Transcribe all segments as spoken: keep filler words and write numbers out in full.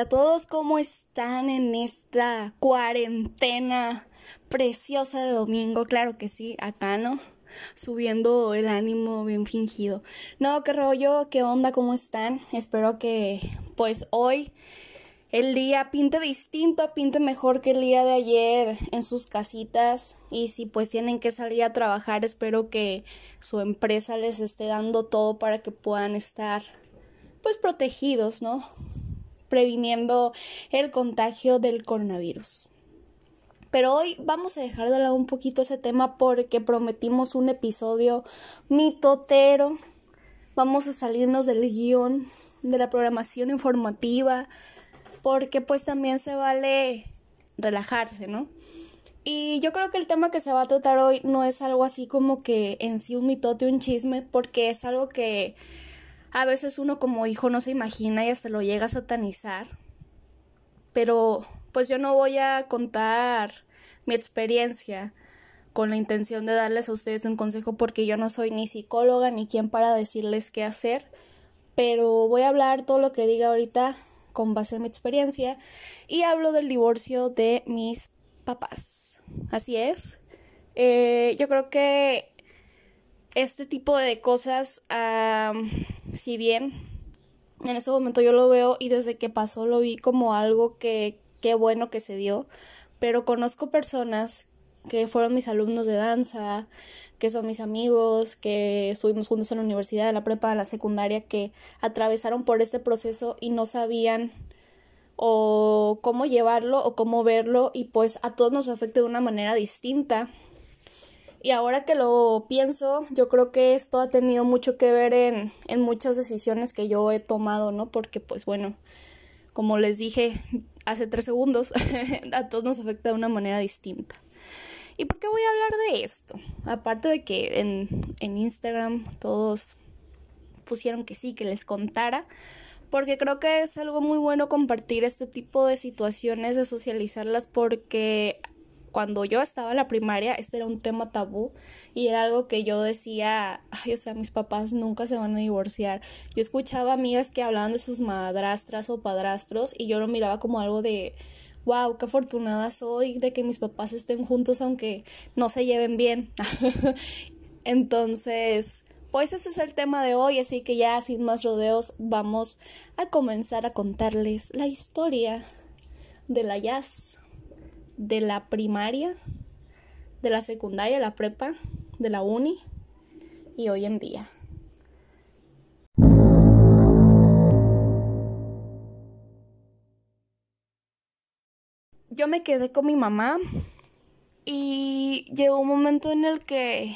Hola a todos, ¿cómo están en esta cuarentena preciosa de domingo? Claro que sí, acá, ¿no? Subiendo el ánimo bien fingido. No, qué rollo, qué onda, ¿cómo están? Espero que pues hoy el día pinte distinto, pinte mejor que el día de ayer en sus casitas. Y si pues tienen que salir a trabajar, espero que su empresa les esté dando todo para que puedan estar pues protegidos, ¿no? Previniendo el contagio del coronavirus. Pero hoy vamos a dejar de lado un poquito ese tema porque prometimos un episodio mitotero. Vamos a salirnos del guión, de la programación informativa, porque pues también se vale relajarse, ¿no? Y yo creo que el tema que se va a tratar hoy no es algo así como que en sí un mitote, un chisme, porque es algo que a veces uno como hijo no se imagina y hasta lo llega a satanizar. Pero pues yo no voy a contar mi experiencia con la intención de darles a ustedes un consejo, porque yo no soy ni psicóloga ni quien para decirles qué hacer. Pero voy a hablar todo lo que diga ahorita con base en mi experiencia y hablo del divorcio de mis papás. Así es. Eh, yo creo que este tipo de cosas, um, si bien en ese momento yo lo veo y desde que pasó lo vi como algo que qué bueno que se dio, pero conozco personas que fueron mis alumnos de danza, que son mis amigos, que estuvimos juntos en la universidad, en la prepa, en la secundaria, que atravesaron por este proceso y no sabían o cómo llevarlo o cómo verlo, y pues a todos nos afecta de una manera distinta. Y ahora que lo pienso, yo creo que esto ha tenido mucho que ver en, en muchas decisiones que yo he tomado, ¿no? Porque pues bueno, como les dije hace tres segundos, a todos nos afecta de una manera distinta. ¿Y por qué voy a hablar de esto? Aparte de que en, en Instagram todos pusieron que sí, que les contara, porque creo que es algo muy bueno compartir este tipo de situaciones, de socializarlas, porque cuando yo estaba en la primaria, este era un tema tabú y era algo que yo decía, ay, o sea, mis papás nunca se van a divorciar. Yo escuchaba amigas que hablaban de sus madrastras o padrastros y yo lo miraba como algo de, wow, qué afortunada soy de que mis papás estén juntos aunque no se lleven bien. Entonces, pues ese es el tema de hoy, así que ya sin más rodeos vamos a comenzar a contarles la historia de la Jazz, de la primaria, de la secundaria, la prepa, de la uni y hoy en día. Yo me quedé con mi mamá y llegó un momento en el que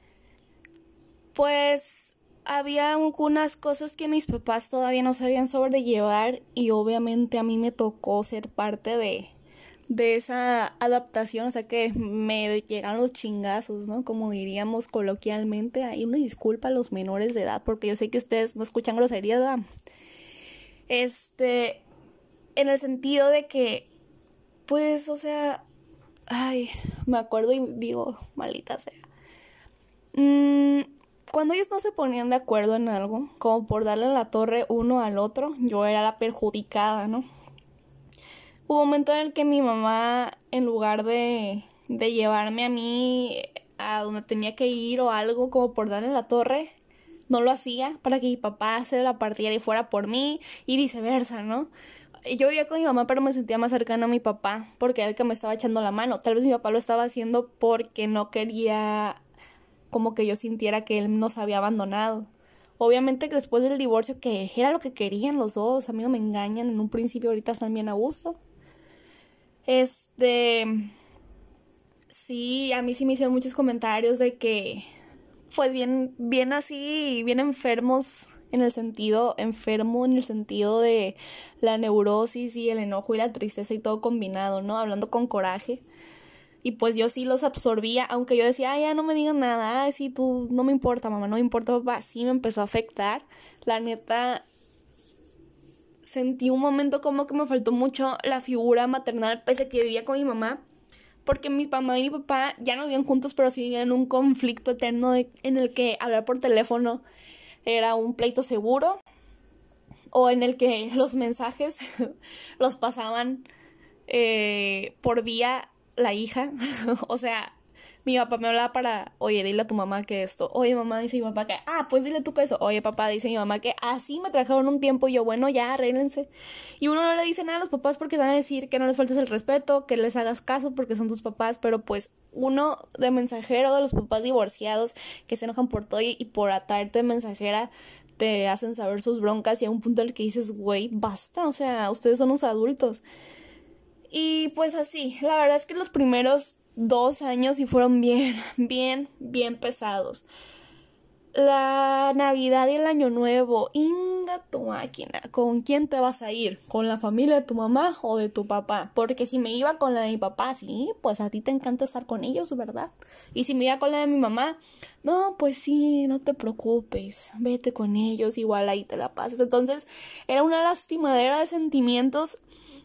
pues había algunas cosas que mis papás todavía no sabían sobrellevar y obviamente a mí me tocó ser parte de de esa adaptación, o sea que me llegan los chingazos, ¿no? Como diríamos coloquialmente. Hay una disculpa a los menores de edad, porque yo sé que ustedes no escuchan groserías, ¿verdad? Este, en el sentido de que, pues, o sea, ay, me acuerdo y digo, maldita sea. Mm, cuando ellos no se ponían de acuerdo en algo, como por darle la torre uno al otro, yo era la perjudicada, ¿no? Hubo un momento en el que mi mamá, en lugar de, de llevarme a mí a donde tenía que ir o algo como por darle la torre, no lo hacía para que mi papá se la partiera y fuera por mí y viceversa, ¿no? Yo vivía con mi mamá, pero me sentía más cercana a mi papá porque era el que me estaba echando la mano. Tal vez mi papá lo estaba haciendo porque no quería como que yo sintiera que él nos había abandonado. Obviamente que después del divorcio, que era lo que querían los dos, a mí no me engañan, en un principio ahorita están bien a gusto. Este, sí, a mí sí me hicieron muchos comentarios de que, pues bien, bien así, bien enfermos en el sentido, enfermo en el sentido de la neurosis y el enojo y la tristeza y todo combinado, ¿no? Hablando con coraje. Y pues yo sí los absorbía, aunque yo decía, ay, ya no me digan nada, ay, sí, tú, no me importa, mamá, no me importa, papá. Sí me empezó a afectar, la neta. Sentí un momento como que me faltó mucho la figura maternal, pese a que vivía con mi mamá, porque mi mamá y mi papá ya no vivían juntos, pero sí vivían en un conflicto eterno de, en el que hablar por teléfono era un pleito seguro. o en el que los mensajes los pasaban eh, por vía la hija. O sea, mi papá me hablaba para, oye, dile a tu mamá que esto, oye, mamá, dice mi papá que, ah, pues dile tú que eso, oye, papá, dice mi mamá que así me trajeron un tiempo y yo, bueno, ya, arréglense. Y uno no le dice nada a los papás porque van a decir que no les faltes el respeto, que les hagas caso porque son tus papás, pero pues uno de mensajero de los papás divorciados que se enojan por todo y, y por atarte de mensajera te hacen saber sus broncas y a un punto en el que dices, güey, basta, o sea, ustedes son los adultos. Y pues así, la verdad es que los primeros dos años sí fueron bien, bien, bien pesados. La Navidad y el Año Nuevo, inga tu máquina, ¿con quién te vas a ir? ¿Con la familia de tu mamá o de tu papá? Porque si me iba con la de mi papá, sí, pues a ti te encanta estar con ellos, ¿verdad? Y si me iba con la de mi mamá, no, pues sí, no te preocupes, vete con ellos, igual ahí te la pasas. Entonces, era una lastimadera de sentimientos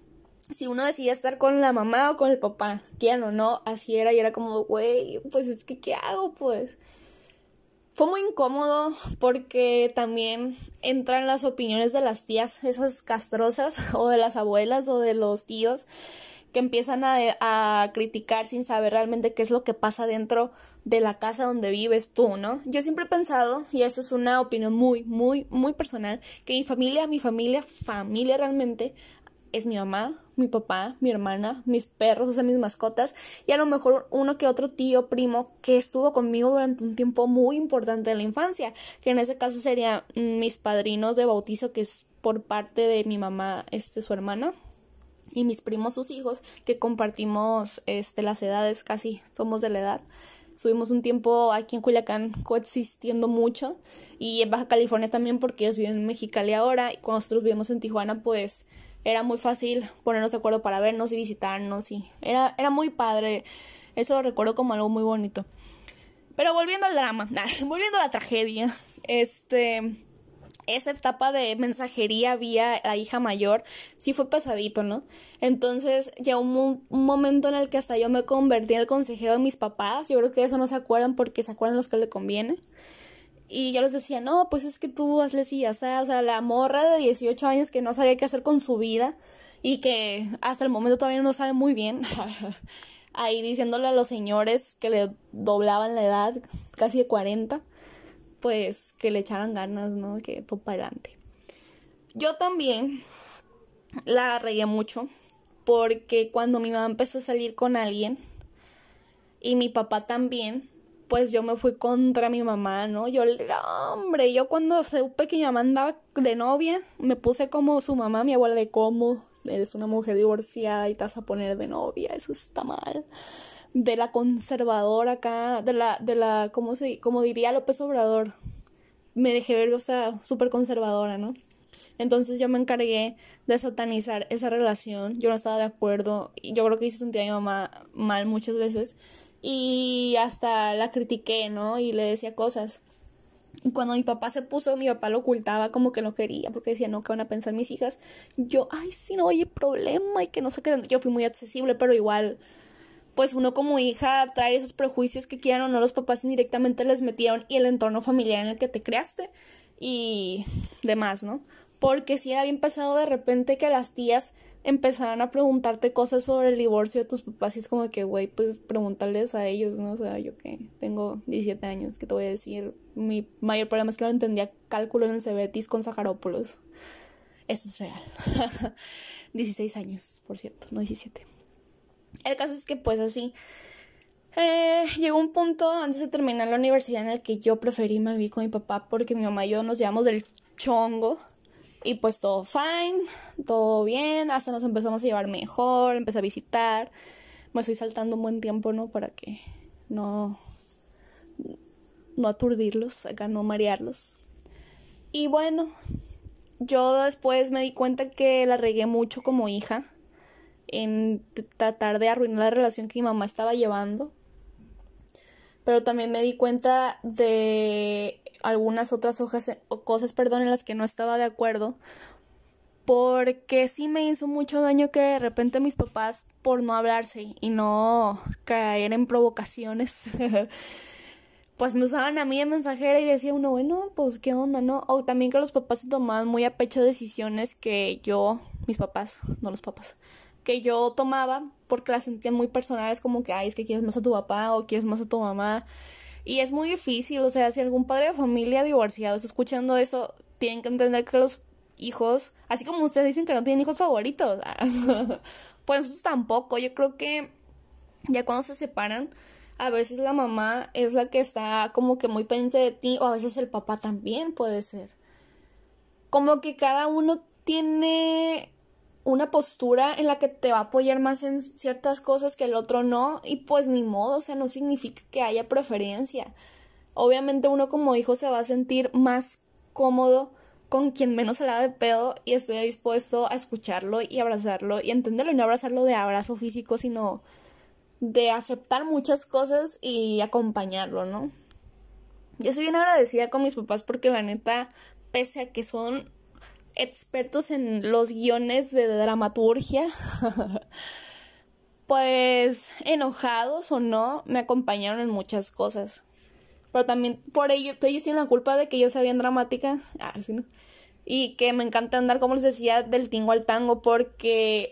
si uno decidía estar con la mamá o con el papá, quieran o no, así era, y era como, güey, pues es que, ¿qué hago, pues? Fue muy incómodo porque también entran las opiniones de las tías, esas castrosas, o de las abuelas o de los tíos, que empiezan a, a criticar sin saber realmente qué es lo que pasa dentro de la casa donde vives tú, ¿no? Yo siempre he pensado, y eso es una opinión muy, muy, muy personal, que mi familia, mi familia, familia realmente es mi mamá, mi papá, mi hermana, mis perros, o sea, mis mascotas, y a lo mejor uno que otro tío, primo, que estuvo conmigo durante un tiempo muy importante de la infancia, que en ese caso serían mis padrinos de bautizo, que es por parte de mi mamá, este, su hermana, y mis primos, sus hijos, que compartimos, este, las edades, casi somos de la edad. Estuvimos un tiempo aquí en Culiacán coexistiendo mucho, y en Baja California también, porque ellos viven en Mexicali ahora, y cuando nosotros vivimos en Tijuana, pues era muy fácil ponernos de acuerdo para vernos y visitarnos, y era, era muy padre. Eso lo recuerdo como algo muy bonito. Pero volviendo al drama, volviendo a la tragedia, este, esa etapa de mensajería vía la hija mayor sí fue pesadito, ¿no? Entonces llegó un, un momento en el que hasta yo me convertí en el consejero de mis papás. Yo creo que eso no se acuerdan porque se acuerdan los que le conviene. Y yo les decía, no, pues es que tú hazle así, o sea, o sea, la morra de dieciocho años que no sabía qué hacer con su vida y que hasta el momento todavía no sabe muy bien, ahí diciéndole a los señores que le doblaban la edad, casi de cuarenta, pues que le echaran ganas, ¿no? Que todo para adelante. Yo también la regué mucho porque cuando mi mamá empezó a salir con alguien y mi papá también, pues yo me fui contra mi mamá, ¿no? Yo, hombre, yo cuando supe que mi mamá andaba de novia, me puse como su mamá, mi abuela, de cómo eres una mujer divorciada y te vas a poner de novia, eso está mal. De la conservadora acá, de la, de la, ¿cómo se, como diría López Obrador? Me dejé ver, o sea, súper conservadora, ¿no? Entonces yo me encargué de satanizar esa relación, yo no estaba de acuerdo, y yo creo que hice sentir a mi mamá mal muchas veces, y hasta la critiqué, ¿no? Y le decía cosas. Y cuando mi papá se puso, mi papá lo ocultaba como que no quería, porque decía, no, ¿qué van a pensar mis hijas? Yo, ay, sí, no, oye, problema, y que no sé qué. Yo fui muy accesible, pero igual, pues uno como hija trae esos prejuicios que quieran o no los papás indirectamente les metieron, y el entorno familiar en el que te creaste, y demás, ¿no? Porque sí era bien pasado de repente que las tías empezaran a preguntarte cosas sobre el divorcio de tus papás, y es como que, güey, pues pregúntales a ellos, ¿no? O sea, yo que tengo diecisiete años, ¿qué te voy a decir? Mi mayor problema es que no entendía cálculo en el Cebetis con Saharópolos. Eso es real. dieciséis años, por cierto, no diecisiete. El caso es que, pues así, eh, llegó un punto antes de terminar la universidad en el que yo preferí irme a vivir con mi papá porque mi mamá y yo nos llevamos del chongo. Y pues todo fine, todo bien, hasta nos empezamos a llevar mejor, empecé a visitar. Me estoy saltando un buen tiempo, ¿no? Para que no, no aturdirlos, acá no marearlos. Y bueno, yo después me di cuenta que la regué mucho como hija en tratar de arruinar la relación que mi mamá estaba llevando. Pero también me di cuenta de algunas otras hojas o cosas, perdón, en las que no estaba de acuerdo, porque sí me hizo mucho daño que de repente mis papás, por no hablarse y no caer en provocaciones, pues me usaban a mí de mensajera y decía uno, bueno, pues qué onda, ¿no? O también que los papás se tomaban muy a pecho decisiones que yo, mis papás, no los papás, que yo tomaba porque las sentían muy personales, como que, ay, es que quieres más a tu papá o quieres más a tu mamá. Y es muy difícil, o sea, si algún padre de familia divorciado está escuchando eso, tienen que entender que los hijos, así como ustedes dicen que no tienen hijos favoritos, pues nosotros tampoco. Yo creo que ya cuando se separan, a veces la mamá es la que está como que muy pendiente de ti, o a veces el papá también puede ser. Como que cada uno tiene una postura en la que te va a apoyar más en ciertas cosas que el otro no, y pues ni modo, o sea, no significa que haya preferencia. Obviamente uno como hijo se va a sentir más cómodo con quien menos se la da de pedo y esté dispuesto a escucharlo y abrazarlo y entenderlo, y no abrazarlo de abrazo físico, sino de aceptar muchas cosas y acompañarlo, ¿no? Yo estoy bien agradecida con mis papás porque la neta, pese a que son expertos en los guiones de dramaturgia, pues enojados o no, me acompañaron en muchas cosas. Pero también por ello, ellos tienen la culpa de que yo sabía en dramática, ah, sí, ¿no? Y que me encanta andar, como les decía, del tingo al tango, porque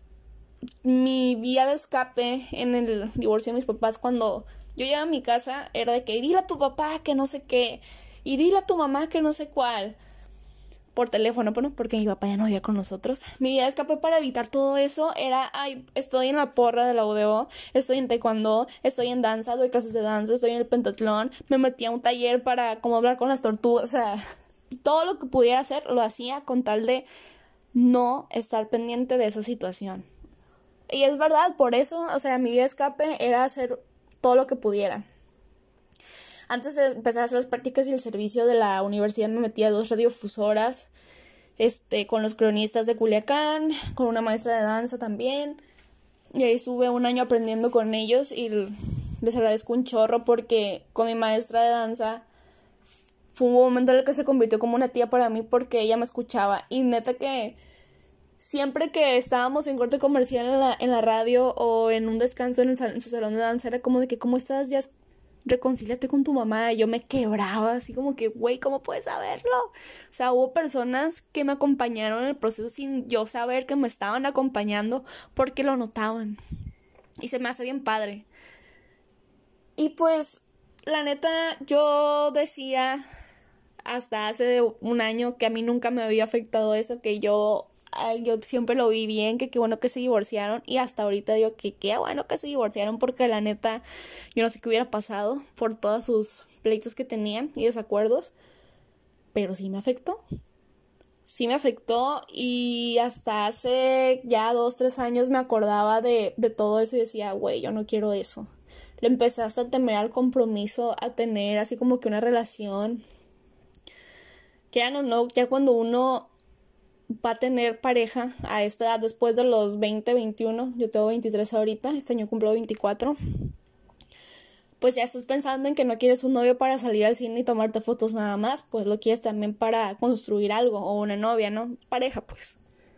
mi vía de escape en el divorcio de mis papás, cuando yo llegaba a mi casa, era de que dile a tu papá que no sé qué, y dile a tu mamá que no sé cuál, por teléfono, bueno, porque mi papá ya no vivía con nosotros. Mi vía de escape para evitar todo eso era, ay, estoy en la porra de la U D O, estoy en taekwondo, estoy en danza, doy clases de danza, estoy en el pentatlón, me metí a un taller para cómo hablar con las tortugas, o sea, todo lo que pudiera hacer lo hacía con tal de no estar pendiente de esa situación. Y es verdad, por eso, o sea, mi vía de escape era hacer todo lo que pudiera. Antes de empezar a hacer las prácticas y el servicio de la universidad, me metí a dos radiofusoras, este, con los cronistas de Culiacán, con una maestra de danza también. Y ahí estuve un año aprendiendo con ellos y les agradezco un chorro porque con mi maestra de danza fue un momento en el que se convirtió como una tía para mí porque ella me escuchaba. Y neta que siempre que estábamos en corte comercial en la, en la radio o en un descanso en, el, en su salón de danza, era como de que, ¿cómo estás? Ya reconcíliate con tu mamá. Y yo me quebraba así como que, güey, ¿cómo puedes saberlo? O sea, hubo personas que me acompañaron en el proceso sin yo saber que me estaban acompañando porque lo notaban. Y se me hace bien padre. Y pues, la neta, yo decía hasta hace un año que a mí nunca me había afectado eso, que yo... Ay, yo siempre lo vi bien, que qué bueno que se divorciaron, y hasta ahorita digo que qué bueno que se divorciaron porque la neta yo no sé qué hubiera pasado por todos sus pleitos que tenían y desacuerdos, pero sí me afectó, sí me afectó y hasta hace ya dos, tres años me acordaba de, de todo eso y decía, güey, yo no quiero eso. Le empecé hasta a temer al compromiso, a tener así como que una relación, que ya no, no, ya cuando uno va a tener pareja a esta edad, después de los veinte, veintiuno, yo tengo veintitrés ahorita, este año cumplo veinticuatro, pues ya estás pensando en que no quieres un novio para salir al cine y tomarte fotos nada más, pues lo quieres también para construir algo, o una novia, ¿no? Pareja, pues.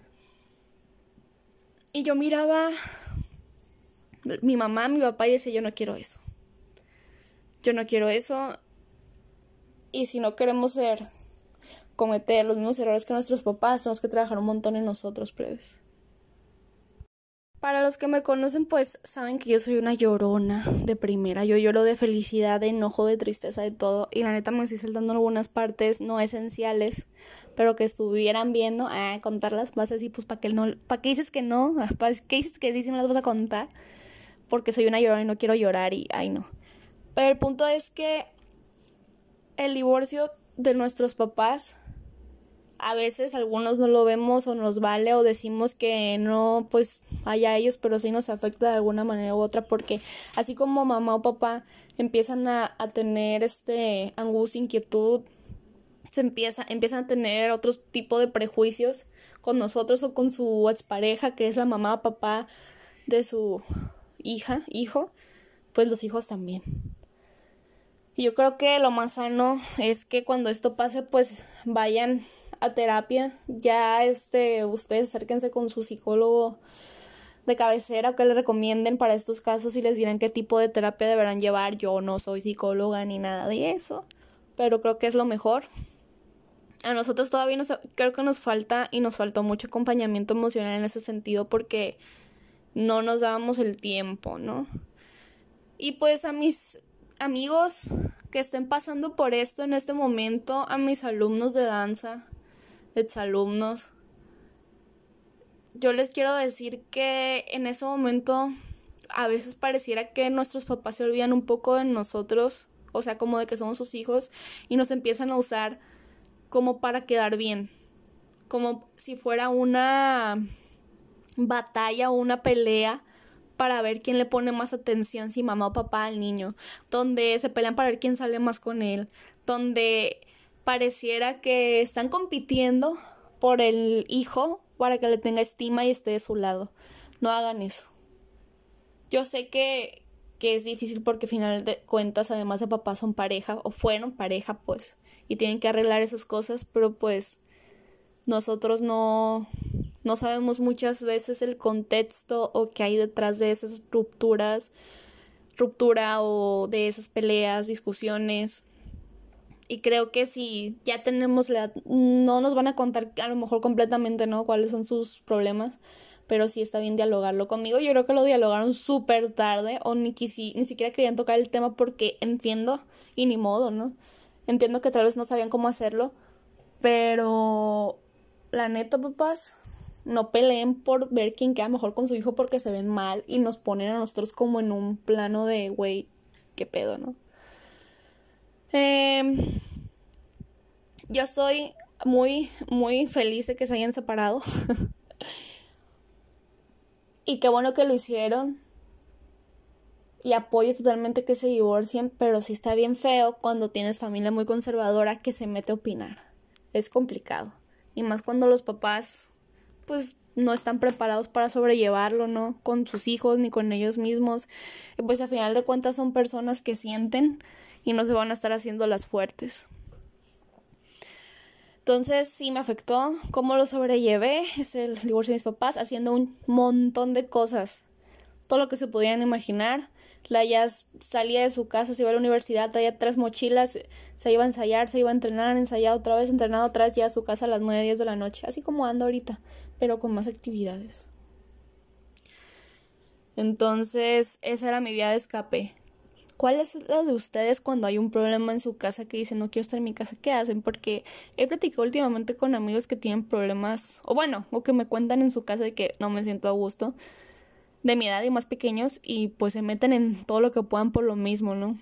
Y yo miraba mi mamá, mi papá y decía, yo no quiero eso. Yo no quiero eso. Y si no queremos ser... cometer los mismos errores que nuestros papás, tenemos que trabajar un montón en nosotros, plebes. Para los que me conocen, pues saben que yo soy una llorona de primera. Yo lloro de felicidad, de enojo, de tristeza, de todo. Y la neta me estoy saltando algunas partes no esenciales, pero que estuvieran viendo, a ah, contarlas. Vas a decir, pues, ¿para qué, no, ¿para qué dices que no? ¿Para qué dices que sí, si me las vas a contar? Porque soy una llorona y no quiero llorar y, ay, no. Pero el punto es que el divorcio de nuestros papás, a veces algunos no lo vemos o nos vale o decimos que no, pues allá ellos, pero sí nos afecta de alguna manera u otra, porque así como mamá o papá empiezan a, a tener este angustia, inquietud, se empieza, empiezan a tener otro tipo de prejuicios con nosotros o con su expareja, que es la mamá o papá de su hija, hijo, pues los hijos también. Y yo creo que lo más sano es que cuando esto pase, pues vayan a terapia. Ya este ustedes acérquense con su psicólogo de cabecera o que le recomienden para estos casos y les dirán qué tipo de terapia deberán llevar. Yo no soy psicóloga ni nada de eso, pero creo que es lo mejor. A nosotros todavía nos, creo que nos falta y nos faltó mucho acompañamiento emocional en ese sentido porque no nos dábamos el tiempo, ¿no? Y pues a mis amigos que estén pasando por esto en este momento, a mis alumnos de danza, exalumnos, yo les quiero decir que en ese momento a veces pareciera que nuestros papás se olvidan un poco de nosotros, o sea, como de que somos sus hijos y nos empiezan a usar como para quedar bien, como si fuera una batalla o una pelea para ver quién le pone más atención, si mamá o papá al niño, donde se pelean para ver quién sale más con él, donde pareciera que están compitiendo por el hijo para que le tenga estima y esté de su lado. No hagan eso. Yo sé que, que es difícil porque al final de cuentas, además de papá, son pareja, o fueron pareja, pues, y tienen que arreglar esas cosas, pero pues nosotros no, no sabemos muchas veces el contexto o qué hay detrás de esas rupturas, ruptura o de esas peleas, discusiones. Y creo que si ya tenemos la edad, no nos van a contar a lo mejor completamente, ¿no?, cuáles son sus problemas, pero sí está bien dialogarlo conmigo. Yo creo que lo dialogaron súper tarde o ni, quisi, ni siquiera querían tocar el tema porque entiendo y ni modo, ¿no? Entiendo que tal vez no sabían cómo hacerlo, pero la neta, papás, no peleen por ver quién queda mejor con su hijo porque se ven mal y nos ponen a nosotros como en un plano de, güey, qué pedo, ¿no? Eh, yo estoy muy, muy feliz de que se hayan separado. Y qué bueno que lo hicieron. Y apoyo totalmente que se divorcien, pero sí está bien feo cuando tienes familia muy conservadora que se mete a opinar. Es complicado. Y más cuando los papás, pues, no están preparados para sobrellevarlo, ¿no? Con sus hijos ni con ellos mismos. Y pues, a final de cuentas, son personas que sienten y no se van a estar haciendo las fuertes. Entonces, sí me afectó. ¿Cómo lo sobrellevé? Es el divorcio de mis papás, haciendo un montón de cosas. Todo lo que se pudieran imaginar. La ya salía de su casa, se iba a la universidad, traía tres mochilas, se iba a ensayar, se iba a entrenar, ensayar otra vez, entrenado otra vez, ya a su casa a las nueve, diez de la noche, así como ando ahorita, pero con más actividades. Entonces, esa era mi vía de escape. ¿Cuál es la de ustedes cuando hay un problema en su casa que dicen no quiero estar en mi casa? ¿Qué hacen? Porque he platicado últimamente con amigos que tienen problemas, o bueno, o que me cuentan en su casa de que no me siento a gusto, de mi edad y más pequeños, y pues se meten en todo lo que puedan por lo mismo, ¿no?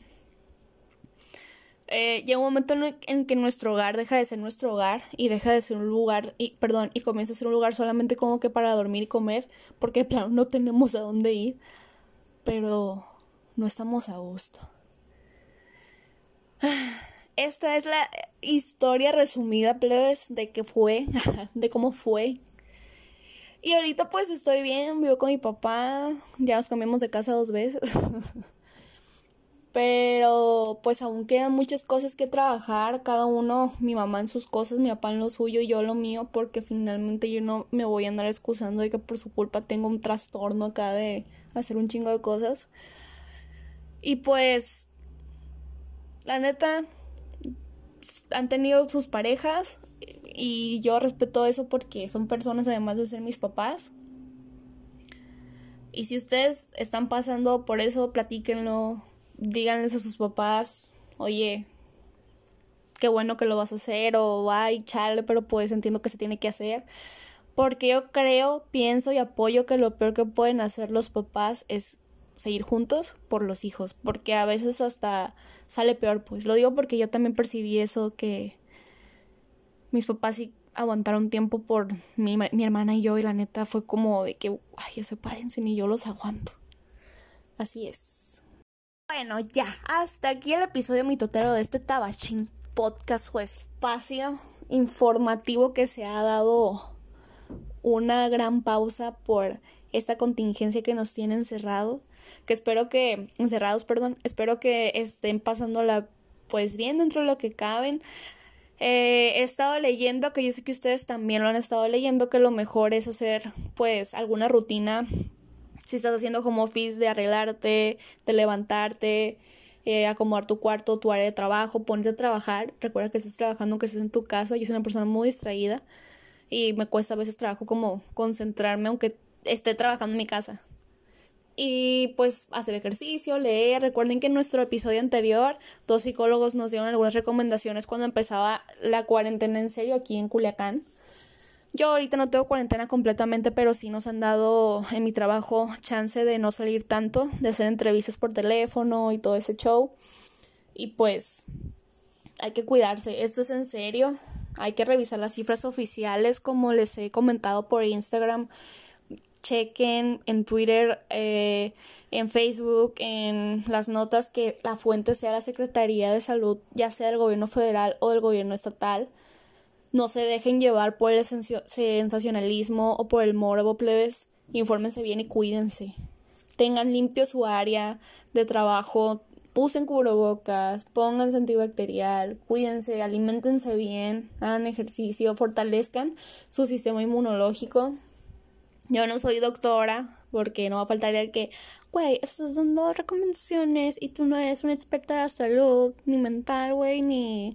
Eh, llega un momento en, en que nuestro hogar deja de ser nuestro hogar y deja de ser un lugar, y perdón, y comienza a ser un lugar solamente como que para dormir y comer, porque claro, no tenemos a dónde ir, pero no estamos a gusto. Esta es la historia resumida, plebes, de qué fue, de cómo fue. Y ahorita pues estoy bien, vivo con mi papá, ya nos cambiamos de casa dos veces. Pero pues aún quedan muchas cosas que trabajar, cada uno, mi mamá en sus cosas, mi papá en lo suyo y yo lo mío, porque finalmente yo no me voy a andar excusando de que por su culpa tengo un trastorno acá de hacer un chingo de cosas. Y pues, la neta, han tenido sus parejas y yo respeto eso porque son personas además de ser mis papás. Y si ustedes están pasando por eso, platíquenlo, díganles a sus papás, oye, qué bueno que lo vas a hacer, o ay, chale, pero pues entiendo que se tiene que hacer. Porque yo creo, pienso y apoyo que lo peor que pueden hacer los papás es seguir juntos por los hijos, porque a veces hasta sale peor, pues. Lo digo porque yo también percibí eso, que mis papás sí aguantaron tiempo por mi, mi hermana y yo, y la neta fue como de que, ay, ya sepárense, ni yo los aguanto. Así es. Bueno, ya, hasta aquí el episodio mitotero de este Tabachín podcast o espacio informativo que se ha dado una gran pausa por esta contingencia que nos tiene encerrado, que espero que, encerrados, perdón, espero que estén pasándola pues bien dentro de lo que caben. Eh, he estado leyendo, que yo sé que ustedes también lo han estado leyendo, que lo mejor es hacer pues alguna rutina Si estás haciendo home office, de arreglarte, de levantarte, eh, acomodar tu cuarto, tu área de trabajo, ponerte a trabajar. Recuerda que estás trabajando, que estés en tu casa. Yo soy una persona muy distraída y me cuesta a veces trabajo como concentrarme aunque esté trabajando en mi casa. Y pues hacer ejercicio, leer. Recuerden que en nuestro episodio anterior dos psicólogos nos dieron algunas recomendaciones cuando empezaba la cuarentena en serio aquí en Culiacán. Yo ahorita no tengo cuarentena completamente, pero sí nos han dado en mi trabajo chance de no salir tanto, de hacer entrevistas por teléfono y todo ese show. Y pues hay que cuidarse, esto es en serio, hay que revisar las cifras oficiales como les he comentado por Instagram. Chequen en Twitter, eh, en Facebook, en las notas que la fuente sea la Secretaría de Salud, ya sea del gobierno federal o del gobierno estatal. No se dejen llevar por el sensacionalismo o por el morbo, plebes. Infórmense bien y cuídense. Tengan limpio su área de trabajo. Usen cubrebocas. Pónganse antibacterial. Cuídense. Aliméntense bien. Hagan ejercicio. Fortalezcan su sistema inmunológico. Yo no soy doctora, porque no va a faltar el que, güey, estás dando recomendaciones y tú no eres una experta de la salud, ni mental, güey, ni...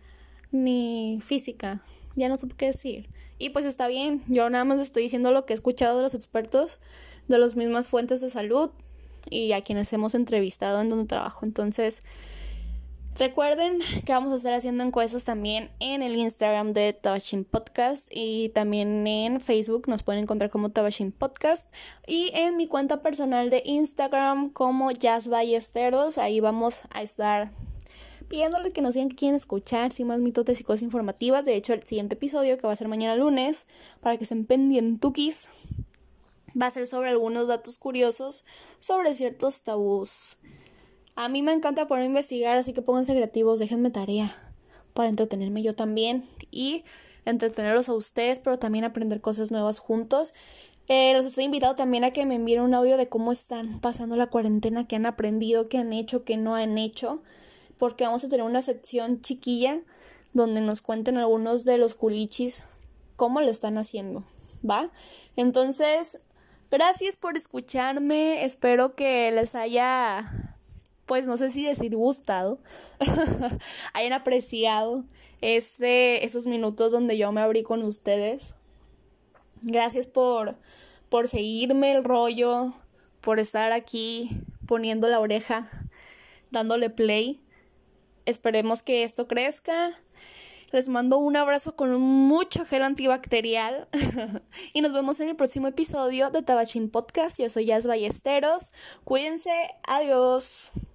ni física, ya no sé qué decir. Y pues está bien, yo nada más estoy diciendo lo que he escuchado de los expertos, de las mismas fuentes de salud y a quienes hemos entrevistado en donde trabajo. Entonces, recuerden que vamos a estar haciendo encuestas también en el Instagram de Tabachín Podcast y también en Facebook nos pueden encontrar como Tabachín Podcast y en mi cuenta personal de Instagram como Jazz Ballesteros. Ahí vamos a estar pidiéndoles que nos digan que quieren escuchar, sin más mitotes y cosas informativas. De hecho, el siguiente episodio, que va a ser mañana lunes, para que estén pendientuquis, va a ser sobre algunos datos curiosos sobre ciertos tabús. A mí me encanta poder investigar, así que pónganse creativos, déjenme tarea para entretenerme yo también y entretenerlos a ustedes, pero también aprender cosas nuevas juntos. Eh, los estoy invitando también a que me envíen un audio de cómo están pasando la cuarentena, qué han aprendido, qué han hecho, qué no han hecho, porque vamos a tener una sección chiquilla donde nos cuenten algunos de los culichis cómo lo están haciendo, ¿va? Entonces, gracias por escucharme, espero que les haya, pues no sé si decir gustado, hayan apreciado este, esos minutos donde yo me abrí con ustedes. Gracias por, por seguirme el rollo, por estar aquí poniendo la oreja, dándole play. Esperemos que esto crezca. Les mando un abrazo con mucho gel antibacterial y nos vemos en el próximo episodio de Tabachín Podcast. Yo soy Jazz Ballesteros. Cuídense. Adiós.